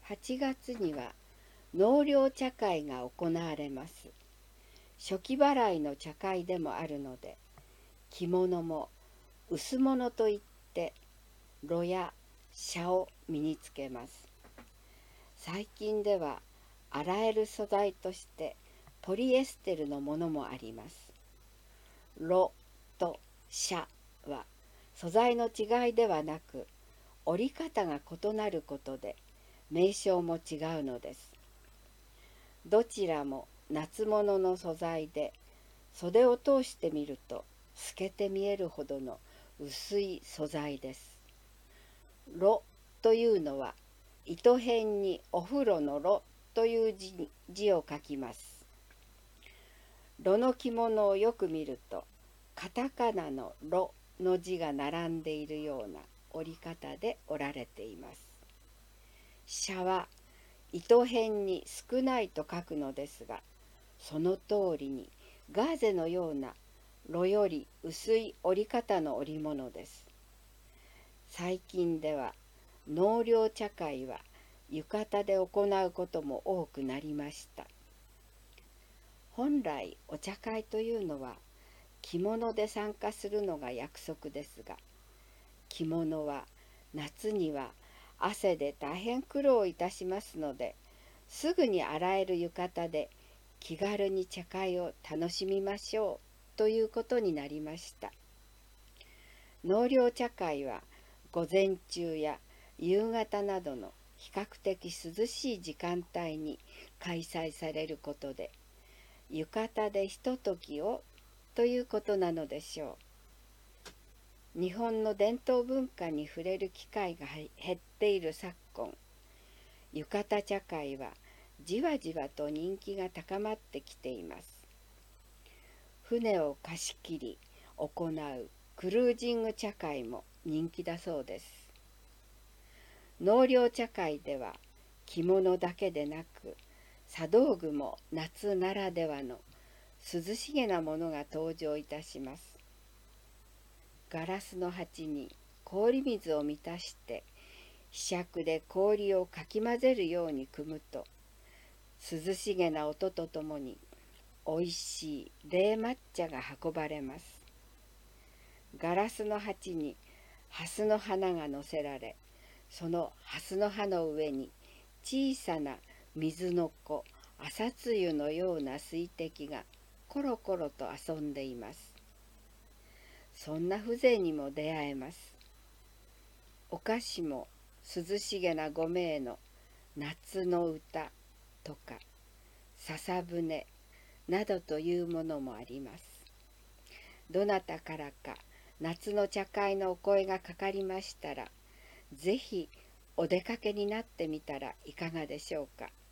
8月には納涼茶会が行われます。初期払いの茶会でもあるので、着物も薄物といって炉や紗を身につけます。最近では洗える素材としてポリエステルのものもあります。炉と紗は素材の違いではなく、織り方が異なることで名称も違うのです。どちらも夏物の素材で、袖を通してみると透けて見えるほどの薄い素材です。炉というのは糸辺にお風呂の炉という字を書きます。炉の着物をよく見ると、カタカナの炉の字が並んでいるような織り方で織られています。紗は糸辺に少ないと書くのですが、その通りにガーゼのような炉より薄い織り方の織物です。最近では納涼茶会は浴衣で行うことも多くなりました。本来お茶会というのは着物で参加するのが約束ですが、着物は夏には汗で大変苦労いたしますので、すぐに洗える浴衣で気軽に茶会を楽しみましょうということになりました。納涼茶会は午前中や夕方などの比較的涼しい時間帯に開催されることで、浴衣でひとときをということなのでしょう。日本の伝統文化に触れる機会が減っている昨今、浴衣茶会はじわじわと人気が高まってきています。船を貸し切り行うクルージング茶会も人気だそうです。納涼茶会では着物だけでなく、茶道具も夏ならではの涼しげなものが登場いたします。ガラスの鉢に氷水を満たして、柄杓で氷をかき混ぜるように汲むと、涼しげな音とともにおいしい冷抹茶が運ばれます。ガラスの鉢に蓮の花が乗せられ、その蓮の葉の上に小さな水の子、朝露のような水滴がコロコロと遊んでいます。そんな風情にも出会えます。お菓子も涼しげなご銘の夏の歌とか笹舟などというものもあります。どなたからか夏の茶会のお声がかかりましたら、ぜひお出かけになってみたらいかがでしょうか。